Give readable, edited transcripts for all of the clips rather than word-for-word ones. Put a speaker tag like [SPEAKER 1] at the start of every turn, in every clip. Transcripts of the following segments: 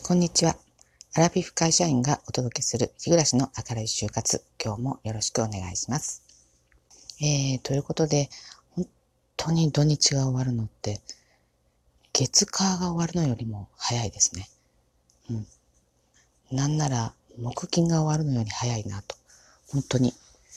[SPEAKER 1] こんにちは。アラフィフ会社員がお届けする日暮らしの明るい就活。今日もよろしくお願いします。ということで、本当に土日が終わるのって、月火が終わるのよりも早いですね。なんなら、木金が終わるのより早いなと、本当に、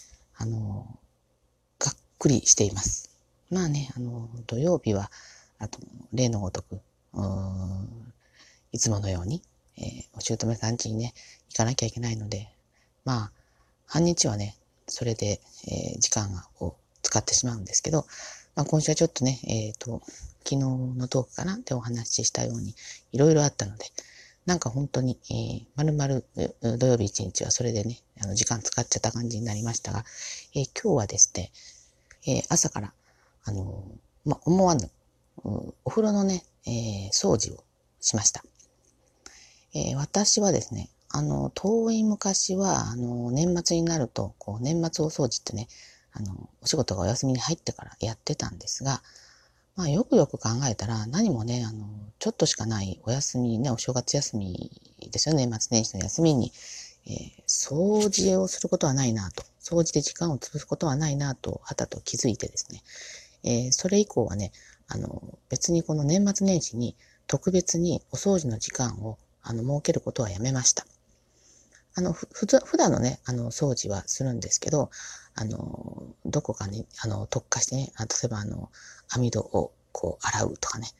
[SPEAKER 1] がっくりしています。まあね、土曜日は、あと、例のごとく、いつものように、お姑さん家にね、行かなきゃいけないので、まあ、半日はね、それで、時間を使ってしまうんですけど、まあ、今週はちょっとね、昨日のトークかなでお話ししたように、いろいろあったので、なんか本当に、丸々土曜日一日はそれでね、時間使っちゃった感じになりましたが、今日はですね、朝から、思わぬ、お風呂のね、掃除をしました。私はですね、遠い昔は、年末になると、年末大掃除ってね、お仕事がお休みに入ってからやってたんですが、まあ、よくよく考えたら、何もね、ちょっとしかないお休みね、お正月休みですよね、年末年始の休みに、掃除をすることはないなと、掃除で時間を潰すことはないなと、はたと気づいてですね、それ以降はね、別にこの年末年始に特別にお掃除の時間を設けることはやめました。普段のね、掃除はするんですけど、どこかに、特化してね、例えば網戸を洗うとかね、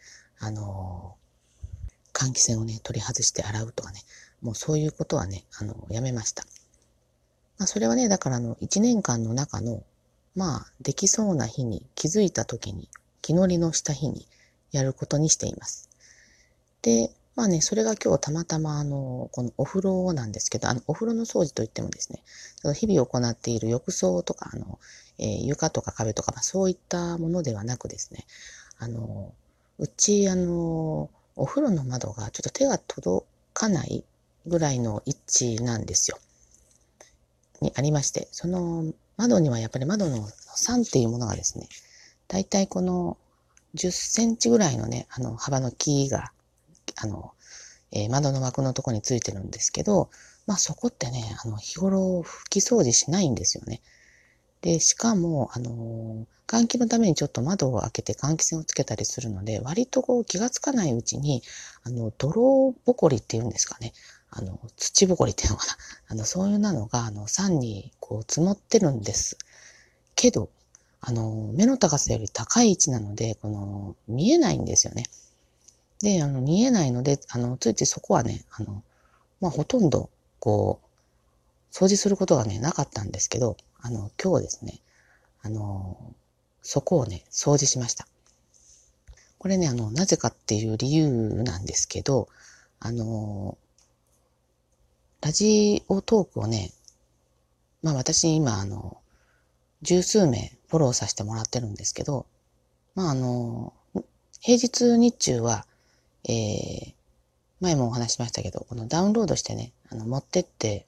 [SPEAKER 1] 換気扇をね、取り外して洗うとかね、もうそういうことはね、やめました。まあ、それはね、だから1年間の中の、まあ、できそうな日に気づいた時に、気乗りのした日にやることにしています。で、まあね、それが今日たまたまこのお風呂なんですけど、お風呂の掃除といってもですね、日々行っている浴槽とか、床とか壁とか、まあ、そういったものではなくですね、うち、お風呂の窓がちょっと手が届かないぐらいの位置なんですよ。にありまして、その窓にはやっぱり窓の3っていうものがですね、だいたいこの10センチぐらいのね、幅の木が窓の枠のとこについてるんですけど、まあそこってね、日頃拭き掃除しないんですよね。で、しかも、換気のためにちょっと窓を開けて換気扇をつけたりするので、割と気がつかないうちに、泥ぼこりっていうんですかね。土ぼこりっていうのかな。そういうのが、山に積もってるんです。けど、目の高さより高い位置なので、見えないんですよね。で、見えないので、ついついそこはね、まあ、ほとんど、掃除することがね、なかったんですけど、今日ですね、そこをね、掃除しました。これね、なぜかっていう理由なんですけど、あの、ラジオトークをね、まあ私今、十数名フォローさせてもらってるんですけど、まあ平日日中は、えー前もお話ししましたけど、このダウンロードしてね、持ってって、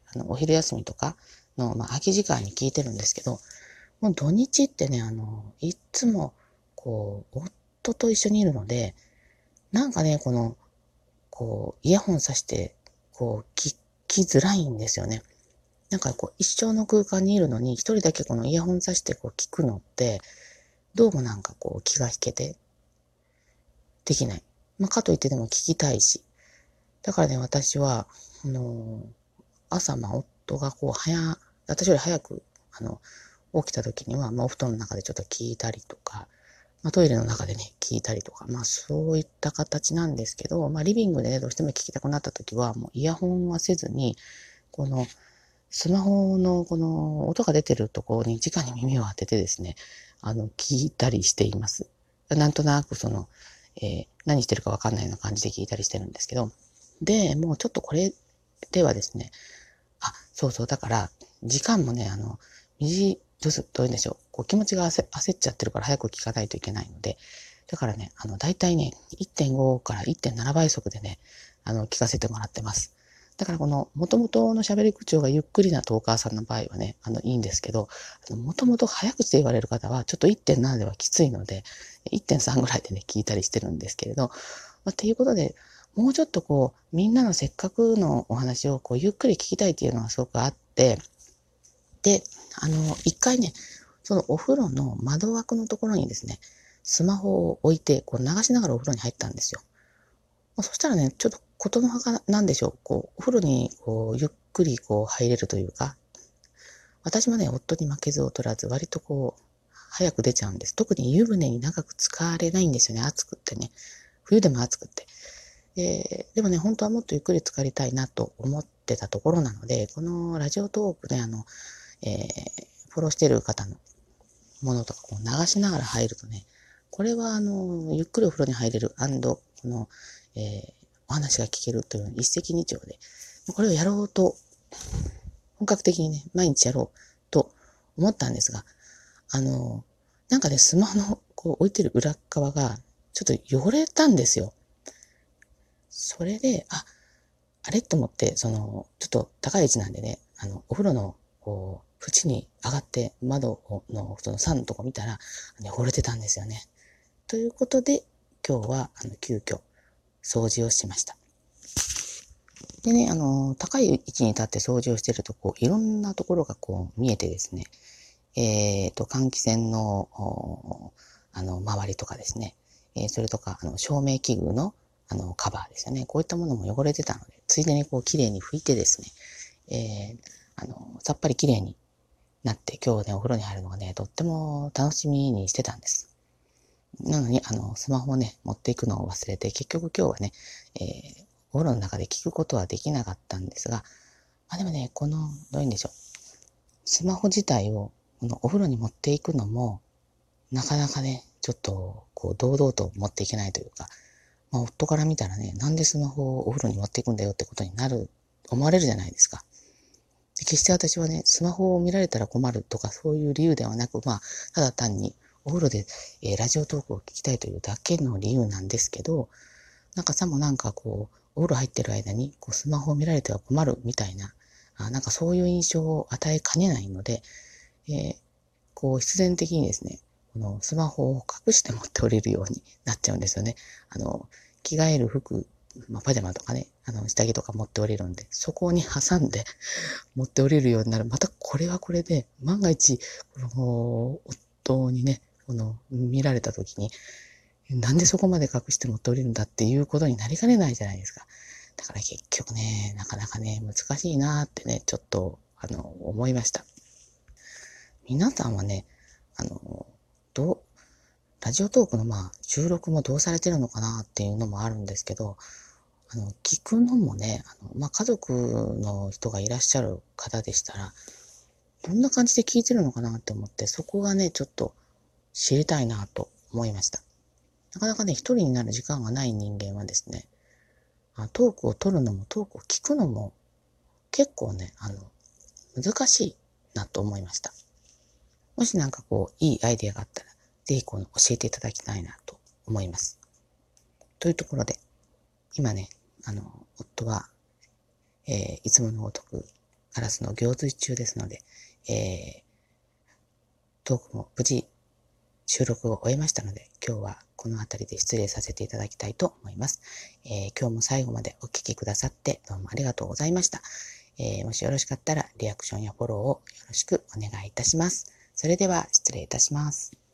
[SPEAKER 1] お昼休みとかの、まあ、空き時間に聞いてるんですけど、もう土日ってね、いつも、夫と一緒にいるので、なんかね、イヤホンさして、聞きづらいんですよね。なんか一生の空間にいるのに、一人だけこのイヤホンさして聞くのって、どうもなんか気が引けて、できない。まあ、かといってでも聞きたいし。だからね、私は、あの朝、まあ、夫が私より早く、起きた時には、まあ、お布団の中でちょっと聞いたりとか、まあ、トイレの中でね、聞いたりとか、まあ、そういった形なんですけど、まあ、リビングでね、どうしても聞きたくなった時は、もうイヤホンはせずに、この、スマホのこの音が出てるところに直に耳を当ててですね、聞いたりしています。なんとなく何してるかわかんないような感じで聞いたりしてるんですけど、で、もうちょっとこれではですね、そうそう、だから、時間もね、どういうんでしょう。気持ちが焦っちゃってるから早く聞かないといけないので、だからね、だいたいね、1.5から1.7倍速でね、聞かせてもらってます。だから元々の喋り口調がゆっくりなトーカーさんの場合はね、いいんですけど、元々早口で言われる方は、ちょっと1.7ではきついので、1.3ぐらいでね、聞いたりしてるんですけれど、っていうことで、 もうちょっとこう、みんなのせっかくのお話をこう、ゆっくり聞きたいっていうのがすごくあって、で、一回ね、そのお風呂の窓枠のところにですね、スマホを置いて、こう流しながらお風呂に入ったんですよ。そしたらね、ちょっとことのはかなんでしょう、こう、お風呂にこう、ゆっくりこう入れるというか、私もね、夫に負けず劣らず、割とこう、早く出ちゃうんです。特に湯船に長く浸かれないんですよね、暑くってね。冬でも暑くって。でもね、本当はもっとゆっくり浸かりたいなと思ってたところなので、このラジオトークね、フォローしてる方のものとかこう流しながら入るとね、これはゆっくりお風呂に入れるこの、お話が聞けるという一石二鳥で、これをやろうと、本格的にね、毎日やろうと思ったんですが、なんかね、スマホのこう置いてる裏側がちょっと汚れたんですよ。それで、あれと思って、ちょっと高い位置なんでね、お風呂の、こう、縁に上がって窓のその酸のとこ見たら、汚れてたんですよね。ということで、今日は、急遽、掃除をしました。でね、高い位置に立って掃除をしてると、こう、いろんなところがこう、見えてですね、換気扇の、周りとかですね、それとか、照明器具の、カバーですよね。こういったものも汚れてたので、ついでにこう、綺麗に拭いてですね、さっぱり綺麗になって、今日ね、お風呂に入るのがね、とっても楽しみにしてたんです。なのに、スマホをね、持っていくのを忘れて、結局今日はね、お風呂の中で聞くことはできなかったんですが、でもね、どういうんでしょう。スマホ自体を、このお風呂に持っていくのも、なかなかね、ちょっと、こう、堂々と持っていけないというか、夫から見たらね、なんでスマホをお風呂に持っていくんだよってことに思われるじゃないですか。決して私はね、スマホを見られたら困るとかそういう理由ではなく、ただ単にお風呂で、ラジオトークを聞きたいというだけの理由なんですけど、なんかこう、お風呂入ってる間にこうスマホを見られては困るみたいな、なんかそういう印象を与えかねないので、こう必然的にですね、このスマホを隠して持っておれるようになっちゃうんですよね。着替える服、パジャマとかね、下着とか持っておれるんで、そこに挟んで持っておれるようになる。またこれはこれで、万が一、夫にね、見られた時に、なんでそこまで隠して持っておれるんだっていうことになりかねないじゃないですか。だから結局ね、なかなかね、難しいなーってね、ちょっと、思いました。皆さんはね、あの、どう、ラジオトークの収録もどうされてるのかなっていうのもあるんですけど、聞くのもね、家族の人がいらっしゃる方でしたら、どんな感じで聞いてるのかなって思って、そこがね、ちょっと知りたいなと思いました。なかなかね、一人になる時間がない人間はですね、トークを取るのもトークを聞くのも結構ね、難しいなと思いました。もしなんかこう、いいアイデアがあったら、ぜひ教えていただきたいなと思います。というところで、今ね、夫は、いつものごとくガラスの行水中ですので、トークも無事収録を終えましたので、今日はこの辺りで失礼させていただきたいと思います。今日も最後までお聞きくださってどうもありがとうございました。もしよろしかったらリアクションやフォローをよろしくお願いいたします。それでは失礼いたします。